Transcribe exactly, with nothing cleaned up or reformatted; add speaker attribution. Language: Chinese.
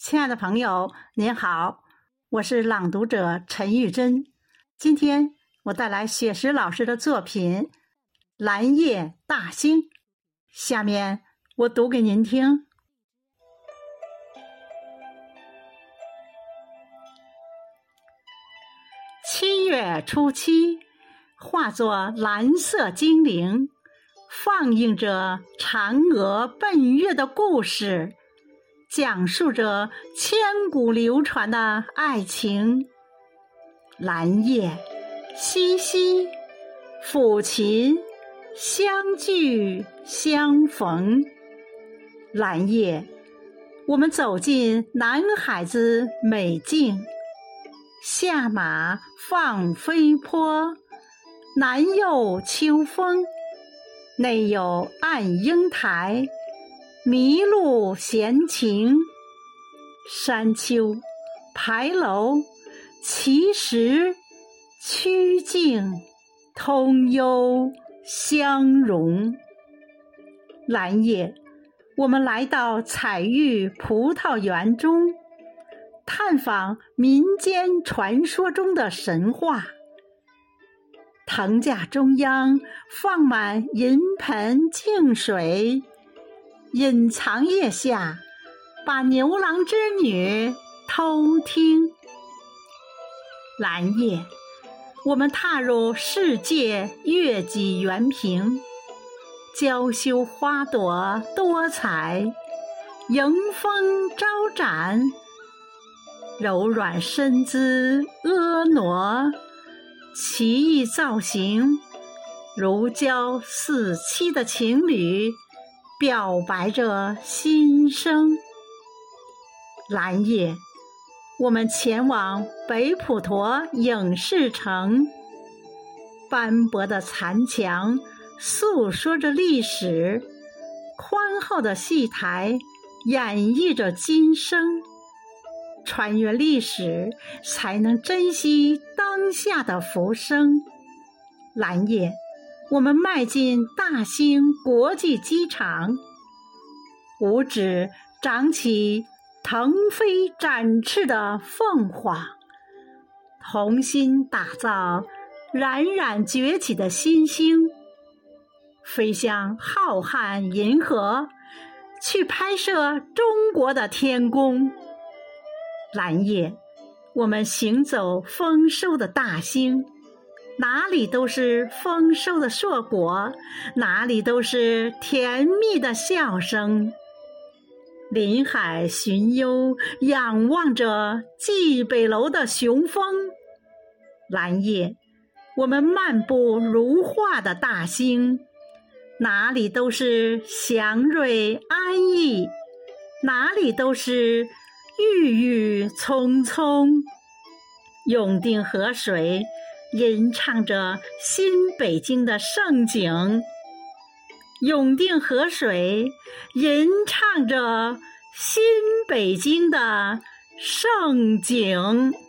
Speaker 1: 亲爱的朋友，您好，我是朗读者陈玉珍。今天我带来雪石老师的作品《蓝夜大星》，下面我读给您听。七月初七，化作蓝色精灵，放映着嫦娥奔月的故事，讲述着千古流传的爱情。蓝夜，淅淅，抚琴，相聚相逢。蓝夜，我们走进南海子美境，下马放飞坡，南有秋风，内有暗英台，麋鹿闲情。山丘、牌楼、奇石、曲径，通幽相融。蓝夜，我们来到彩玉葡萄园中，探访民间传说中的神话。藤架中央放满银盆净水，隐藏腋下，把牛郎织女偷听。蓝夜，我们踏入世界月季园坪，娇羞花朵多彩，迎风招展，柔软身姿婀娜，奇异造型，如胶似漆的情侣表白着心声。蓝夜，我们前往北普陀影视城，斑驳的残墙诉说着历史，宽厚的戏台演绎着今生。穿越历史，才能珍惜当下的浮生。蓝夜，我们迈进大兴国际机场，五指长起腾飞展翅的凤凰，同心打造冉冉崛起的新星，飞向浩瀚银河，去拍摄中国的天宫。蓝夜，我们行走丰收的大兴，哪里都是丰收的硕果，哪里都是甜蜜的笑声。临海寻幽，仰望着蓟北楼的雄风。蓝夜，我们漫步如画的大兴，哪里都是祥瑞安逸，哪里都是郁郁葱葱。永定河水吟唱着新北京的盛景，永定河水吟唱着新北京的盛景。